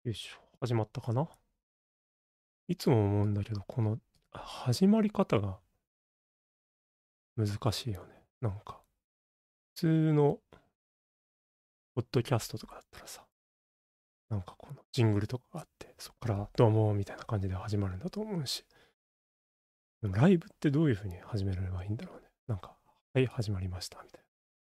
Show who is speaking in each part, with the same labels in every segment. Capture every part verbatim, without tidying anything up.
Speaker 1: よいしょ、始まったかな。いつも思うんだけど、この始まり方が難しいよね。なんか、普通のポッドキャストとかだったらさ、なんかこのジングルとかがあって、そっからどうもみたいな感じで始まるんだと思うし、でもライブってどういう風に始められばいいんだろうね。なんか、はい、始まりましたみたい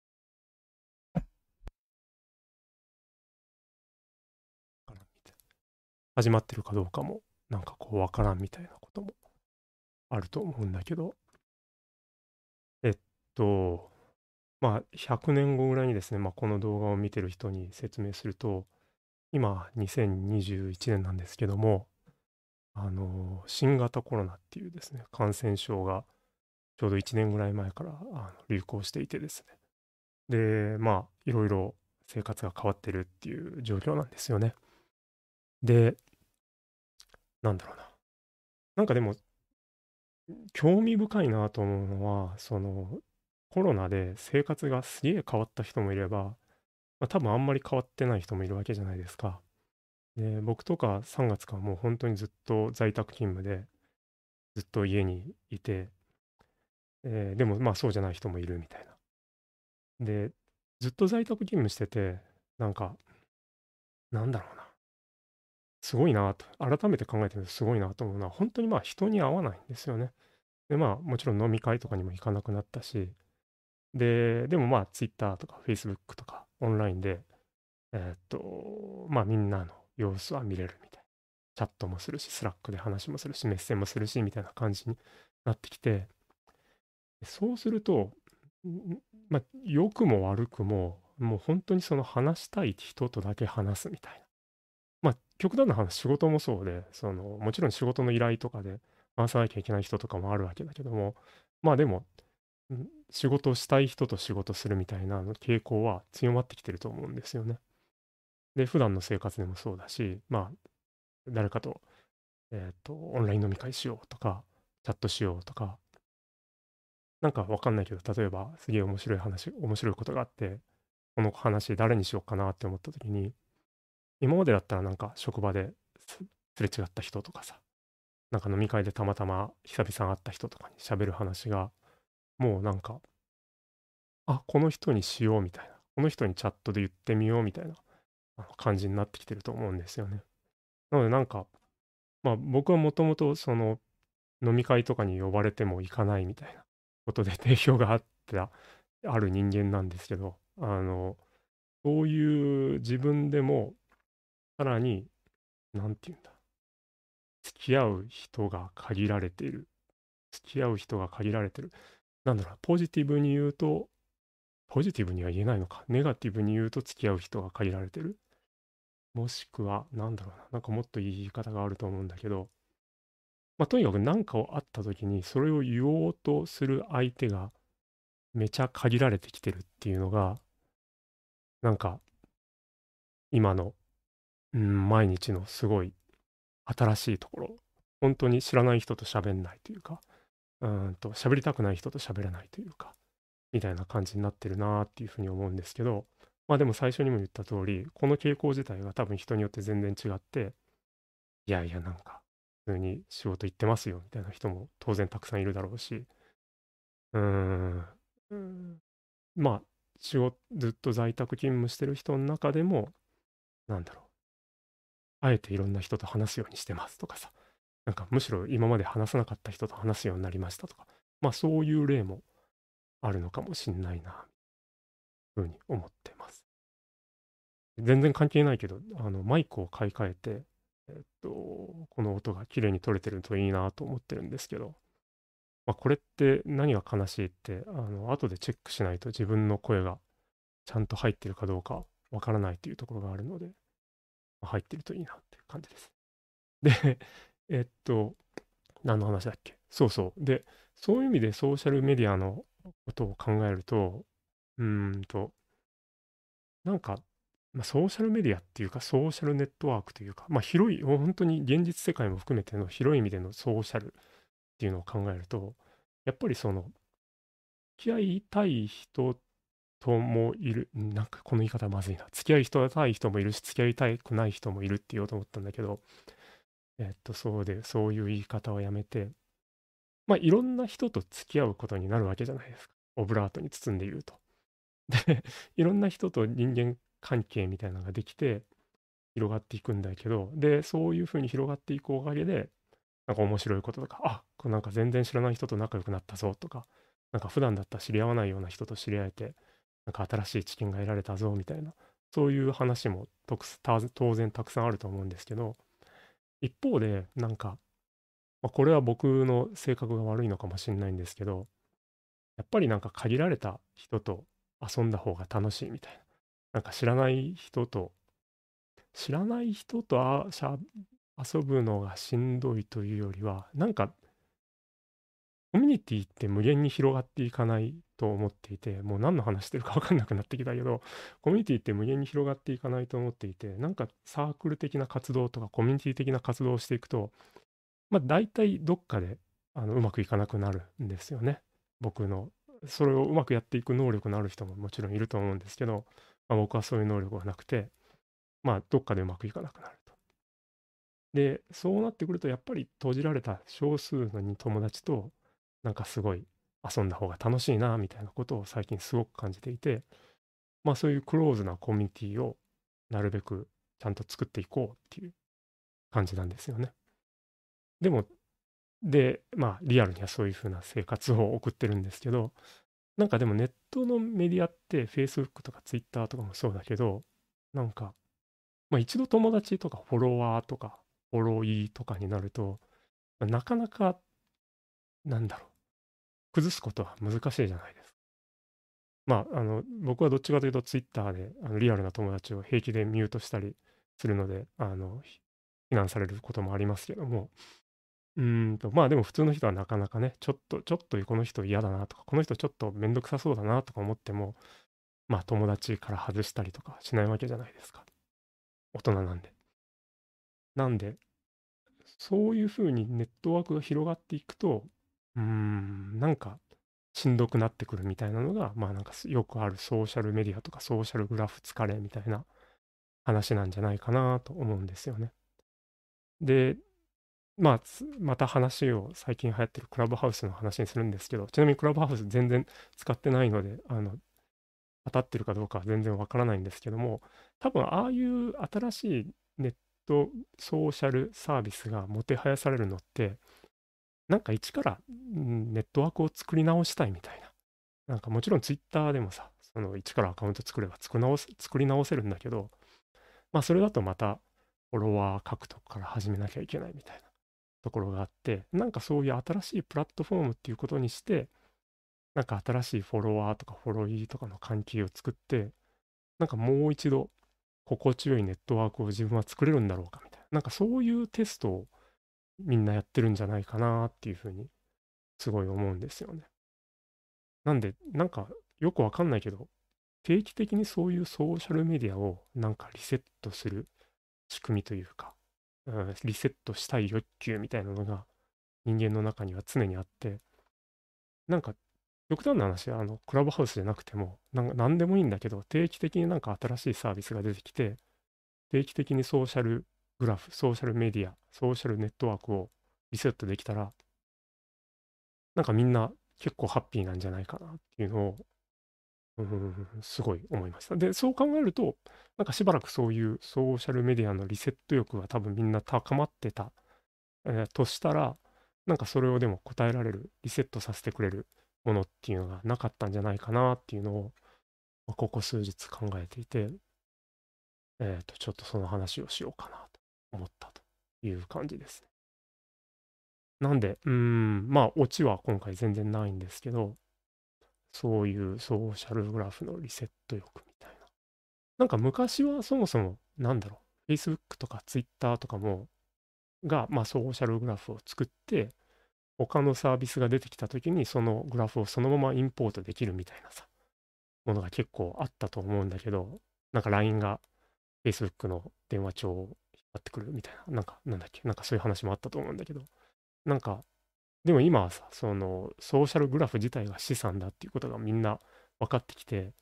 Speaker 1: な。わからんみたいな始まってるかどうかも、なんかこうわからんみたいなこともあると思うんだけど、えっと、まあ、ひゃくねんごぐらいにですね、まあ、この動画を見てる人に説明すると、今、にせんにじゅういちねんなんですけども、あの、新型コロナっていうですね、感染症がちょうどいちねんぐらい前からあの流行していてですね。で、まあ、いろいろ生活が変わってるっていう状況なんですよね。で、なんだろうな。なんかでも、興味深いなと思うのは、その、コロナで生活がすげえ変わった人もいれば、まあ、多分あんまり変わってない人もいるわけじゃないですか。で、僕とかさんがつからもう本当にずっと在宅勤務で、ずっと家にいて、えーでもまあそうじゃない人もいるみたいな。で、ずっと在宅勤務してて、なんか、なんだろうな。すごいなと、改めて考えてみるとすごいなと思うのは、本当にまあ人に会わないんですよね。で、まあもちろん飲み会とかにも行かなくなったし、で、でもまあ Twitter とか Facebook とかオンラインで、えーっと、まあみんなの様子は見れるみたいな。チャットもするし、スラックで話もするし、メッセンもするし、みたいな感じになってきて、そうすると、んまあ、良くも悪くも、もう本当にその話したい人とだけ話すみたいな。まあ、極端な話、仕事もそうで、その、もちろん仕事の依頼とかで回さなきゃいけない人とかもあるわけだけども、まあでも、ん仕事をしたい人と仕事するみたいな傾向は強まってきてると思うんですよね。で、普段の生活でもそうだし、まあ、誰かと、えっと、オンライン飲み会しようとか、チャットしようとか、なんかわかんないけど、例えばすげえ面白い話、面白いことがあって、この話誰にしようかなって思った時に、今までだったらなんか職場ですすれ違った人とかさ、なんか飲み会でたまたま久々に会った人とかに喋る話が、もうなんか、あ、この人にしようみたいな、この人にチャットで言ってみようみたいなあの感じになってきてると思うんですよね。なのでなんか、まあ僕はもともとその飲み会とかに呼ばれても行かないみたいなことで定評があった、ある人間なんですけど、あの、そういう自分でもさらに、なんて言うんだ、付き合う人が限られている。付き合う人が限られてる。なんだろう、ポジティブに言うと、ポジティブには言えないのか。ネガティブに言うと付き合う人が限られてる。もしくは、なんだろうな。なんかもっといい言い方があると思うんだけど、まあ、とにかく何かをあった時に、それを言おうとする相手がめちゃ限られてきてるっていうのが、なんか今の、うん、毎日のすごい新しいところ。本当に知らない人と喋んないというか、うーんと、喋りたくない人と喋らないというか、みたいな感じになってるなっていうふうに思うんですけど、まあでも最初にも言った通り、この傾向自体が多分人によって全然違って、いやいやなんか、普通に仕事行ってますよみたいな人も当然たくさんいるだろうし、うーん、うーんまあ、仕事、ずっと在宅勤務してる人の中でも、なんだろう、あえていろんな人と話すようにしてますとかさ、なんかむしろ今まで話さなかった人と話すようになりましたとか、まあそういう例もあるのかもしんないな、ふうに思ってます。全然関係ないけど、あの、マイクを買い替えて、えっと、この音が綺麗に取れてるといいなと思ってるんですけど、まあ、これって何が悲しいって、あの、後でチェックしないと自分の声がちゃんと入ってるかどうかわからないというところがあるので、まあ入ってるといいなっていう感じです。で、えっと、何の話だっけ。そうそう。で、そういう意味でソーシャルメディアのことを考えると、うーんと、なんか、まあ、ソーシャルメディアっていうか、ソーシャルネットワークというか、まあ、広い、本当に現実世界も含めての広い意味でのソーシャルっていうのを考えると、やっぱりその、付き合いたい人人もいる、なんかこの言い方まずいな。付き合い人たい人もいるし、付き合いたくない人もいるって言おうと思ったんだけど、えっと、そうで、そういう言い方をやめて、まあ、いろんな人と付き合うことになるわけじゃないですか。オブラートに包んで言うと。で、いろんな人と人間関係みたいなのができて、広がっていくんだけど、で、そういう風に広がっていくおかげで、なんか面白いこととか、あ、これなんか全然知らない人と仲良くなったぞとか、なんか普段だったら知り合わないような人と知り合えて、なんか新しい知見が得られたぞみたいな、そういう話もとくすた当然たくさんあると思うんですけど、一方で、なんか、まあ、これは僕の性格が悪いのかもしれないんですけど、やっぱりなんか限られた人と遊んだ方が楽しいみたいな。なんか知らない人と、知らない人とあしゃ遊ぶのがしんどいというよりは、なんかコミュニティって無限に広がっていかないと思っていて、もう何の話してるか分かんなくなってきたけど、コミュニティって無限に広がっていかないと思っていて、なんかサークル的な活動とかコミュニティ的な活動をしていくと、まあ大体どっかであのうまくいかなくなるんですよね。僕の、それをうまくやっていく能力のある人ももちろんいると思うんですけど、まあ、僕はそういう能力がなくて、まあどっかでうまくいかなくなると。で、そうなってくると、やっぱり閉じられた少数のに友達と、なんかすごい遊んだ方が楽しいな、みたいなことを最近すごく感じていて、まあそういうクローズなコミュニティをなるべくちゃんと作っていこうっていう感じなんですよね。でも、で、まあリアルにはそういう風な生活を送ってるんですけど、なんかでもネットのメディアって Facebook とか Twitter とかもそうだけど、なんか、まあ一度友達とかフォロワーとかフォロイーとかになると、なかなかなんだろう、崩すことは難しいじゃないですか。まあ、あの、僕はどっちかというと、ツイッターで、あの、リアルな友達を平気でミュートしたりするので、あの、ひ非難されることもありますけども、うーんと、まあでも普通の人はなかなかね、ちょっと、ちょっとこの人嫌だなとか、この人ちょっとめんどくさそうだなとか思っても、まあ友達から外したりとかしないわけじゃないですか。大人なんで。なんで、そういうふうにネットワークが広がっていくと、うーん、なんかしんどくなってくるみたいなのが、まあなんかすよくあるソーシャルメディアとかソーシャルグラフ疲れみたいな話なんじゃないかなと思うんですよね。で、まあ、つまた話を最近流行ってるクラブハウスの話にするんですけど、ちなみにクラブハウス全然使ってないので、あの、当たってるかどうかは全然わからないんですけども、多分ああいう新しいネットソーシャルサービスがもてはやされるのって、なんか一から、ん、ネットワークを作り直したいみたいな。なんかもちろんツイッターでもさ、その一からアカウント作れば作り直す、作り直せるんだけど、まあそれだとまたフォロワー獲得から始めなきゃいけないみたいなところがあって、なんかそういう新しいプラットフォームっていうことにして、なんか新しいフォロワーとかフォロイーとかの関係を作って、なんかもう一度心地よいネットワークを自分は作れるんだろうかみたいな。なんかそういうテストをみんなやってるんじゃないかなっていうふうにすごい思うんですよね。なんで、なんかよくわかんないけど、定期的にそういうソーシャルメディアをなんかリセットする仕組みというか、うん、リセットしたい欲求みたいなのが人間の中には常にあって、なんか極端な話、あの、クラブハウスじゃなくても、なんか何でもいいんだけど、定期的になんか新しいサービスが出てきて、定期的にソーシャルグラフ、ソーシャルメディア、ソーシャルネットワークをリセットできたら、なんかみんな結構ハッピーなんじゃないかなっていうのを、うん、すごい思いました。で、そう考えると、なんかしばらくそういうソーシャルメディアのリセット欲が多分みんな高まってた、えーとしたら、なんかそれをでも答えられる、リセットさせてくれるものっていうのがなかったんじゃないかなっていうのを、まあここ数日考えていて、えっと、ちょっとその話をしようかなと思ったという感じですね。なんで、うーん、まあ、オチは今回全然ないんですけど、そういうソーシャルグラフのリセット欲みたいな。なんか昔はそもそも、なんだろう、Facebook とか Twitter とかも、が、まあ、ソーシャルグラフを作って、他のサービスが出てきたときに、そのグラフをそのままインポートできるみたいなさ、ものが結構あったと思うんだけど、なんか ライン が Facebook の電話帳を引っ張ってくるみたいな、なんか、なんだっけ、なんかそういう話もあったと思うんだけど、なんか、でも今はさ、そのソーシャルグラフ自体が資産だっていうことがみんな分かってきて、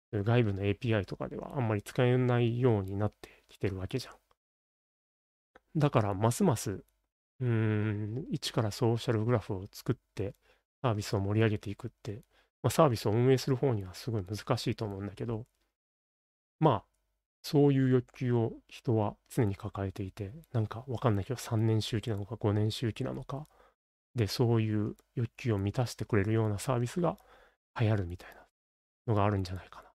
Speaker 1: 外部の エーピーアイ とかではあんまり使えないようになってきてるわけじゃん。だからますますうーん一からソーシャルグラフを作ってサービスを盛り上げていくって、まあ、サービスを運営する方にはすごい難しいと思うんだけど、まあそういう欲求を人は常に抱えていて、なんかわかんないけどさんねん周期なのかごねん周期なのかで、そういう欲求を満たしてくれるようなサービスが流行るみたいなのがあるんじゃないかな。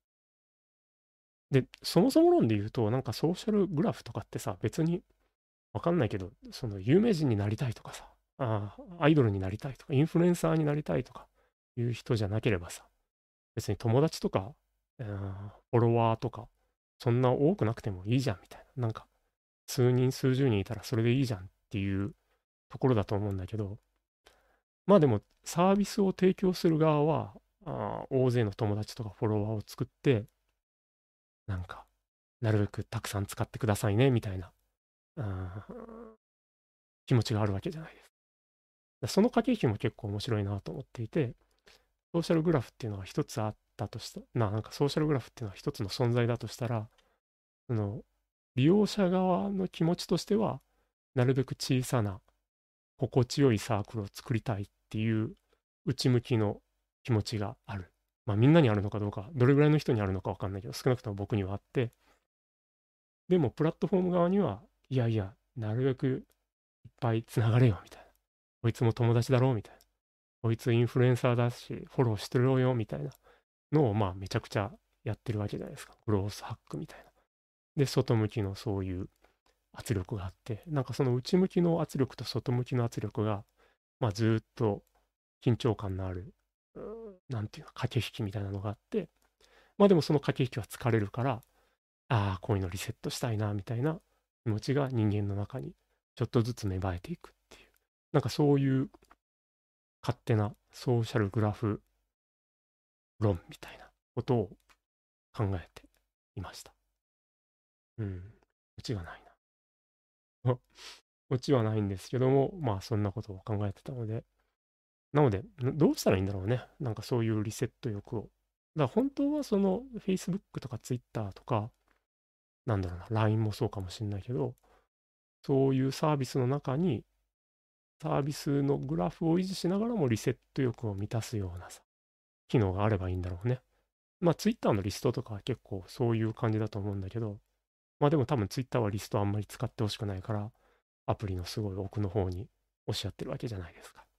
Speaker 1: で、そもそも論で言うと、なんかソーシャルグラフとかってさ、別にわかんないけど、その有名人になりたいとかさ、あアイドルになりたいとか、インフルエンサーになりたいとかいう人じゃなければさ、別に友達とか、フォロワーとか、そんな多くなくてもいいじゃんみたいな。なんか、数人、数十人いたらそれでいいじゃんっていうところだと思うんだけど、まあでも、サービスを提供する側は、あ大勢の友達とかフォロワーを作って、なんか、なるべくたくさん使ってくださいね、みたいな、あ気持ちがあるわけじゃないですか。その駆け引きも結構面白いなと思っていて、ソーシャルグラフっていうのが一つあったとしたな、なんかソーシャルグラフっていうのは一つの存在だとしたら、その、利用者側の気持ちとしては、なるべく小さな、心地よいサークルを作りたいっていう内向きの気持ちがある。まあみんなにあるのかどうか、どれぐらいの人にあるのかわかんないけど、少なくとも僕にはあって、でもプラットフォーム側には、いやいや、なるべくいっぱいつながれよ、みたいな。こいつも友達だろう、みたいな。こいつインフルエンサーだし、フォローしてるよ、みたいなのを、まあめちゃくちゃやってるわけじゃないですか。グロースハックみたいな。で、外向きのそういう圧力があって、なんかその内向きの圧力と外向きの圧力が、まあずっと緊張感のある、なんていうの、駆け引きみたいなのがあって、まあでもその駆け引きは疲れるから、ああ、こういうのリセットしたいな、みたいな気持ちが人間の中にちょっとずつ芽生えていくっていう。なんかそういう勝手なソーシャルグラフ論みたいなことを考えていました。うん。オチがないな。オチはないんですけども、まあそんなことを考えてたので、なので、どうしたらいいんだろうね。なんかそういうリセット欲を。だから本当はその Facebook とか Twitter とか、なんだろうな、ライン もそうかもしれないけど、そういうサービスの中に、サービスのグラフを維持しながらもリセット欲を満たすようなさ、機能があればいいんだろうね。まあ Twitter のリストとかは結構そういう感じだと思うんだけど、まあでも多分 Twitter はリストあんまり使ってほしくないから、アプリのすごい奥の方に押し合ってるわけじゃないですか。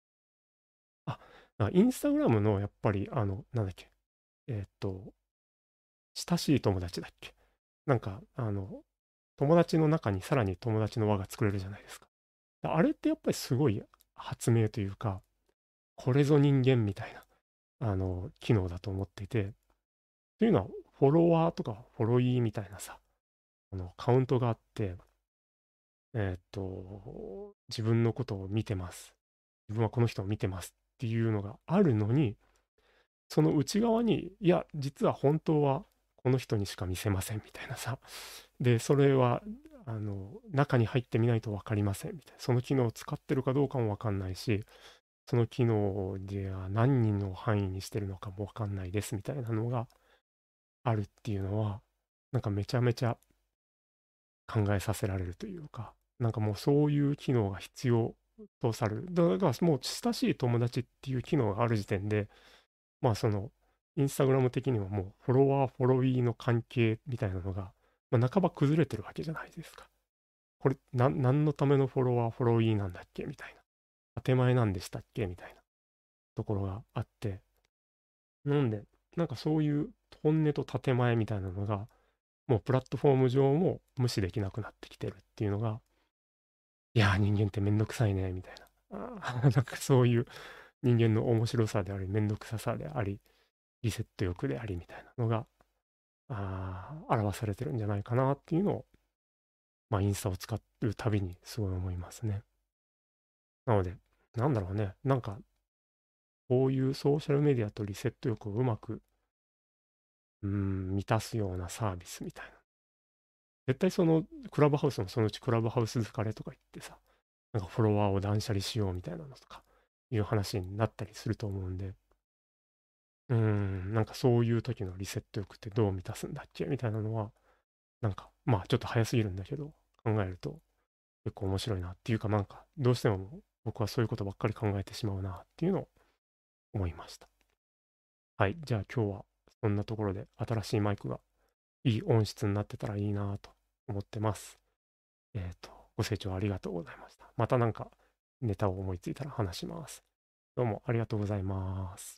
Speaker 1: あ、インスタグラムのやっぱり、あの、なんだっけ、えーっと、親しい友達だっけ。なんか、あの、友達の中にさらに友達の輪が作れるじゃないですか。あれってやっぱりすごい発明というか、これぞ人間みたいな、あの、機能だと思っていて、というのは、フォロワーとかフォロイーみたいなさ、あの、カウントがあって、えーっと、自分のことを見てます。自分はこの人を見てますっていうのがあるのに、その内側に、いや、実は本当はこの人にしか見せませんみたいなさ。で、それは、あの、中に入ってみないと分かりませんみたいな。その機能を使ってるかどうかも分かんないし、その機能では何人の範囲にしてるのかも分かんないですみたいなのがあるっていうのは、なんかめちゃめちゃ考えさせられるというか、なんかもうそういう機能が必要とされる。だからもう親しい友達っていう機能がある時点で、まあその、インスタグラム的にはもうフォロワー、フォロイーの関係みたいなのが、まあ、半ば崩れてるわけじゃないですか。これ、な、何のためのフォロワー、フォロイーなんだっけみたいな。建前なんでしたっけみたいなところがあって。なんで、なんかそういう本音と建前みたいなのが、もうプラットフォーム上も無視できなくなってきてるっていうのが、いやー人間ってめんどくさいね、みたいな。あーなんかそういう人間の面白さであり、めんどくささであり、リセット欲でありみたいなのが、ああ、表されてるんじゃないかなっていうのを、まあ、インスタを使うたびにすごい思いますね。なので、なんだろうね、なんか、こういうソーシャルメディアとリセット欲をうまく、うーん、満たすようなサービスみたいな。絶対その、クラブハウスもそのうちクラブハウス疲れとか言ってさ、なんかフォロワーを断捨離しようみたいなのとか、いう話になったりすると思うんで、 うーん、なんかそういう時のリセット欲ってどう満たすんだっけみたいなのは、なんか、まあちょっと早すぎるんだけど、考えると結構面白いなっていうか、なんかどうしても僕はそういうことばっかり考えてしまうなっていうのを思いました。はい、じゃあ今日はそんなところで新しいマイクがいい音質になってたらいいなと思ってます。えっと、ご清聴ありがとうございました。またなんかネタを思いついたら話します。どうもありがとうございます。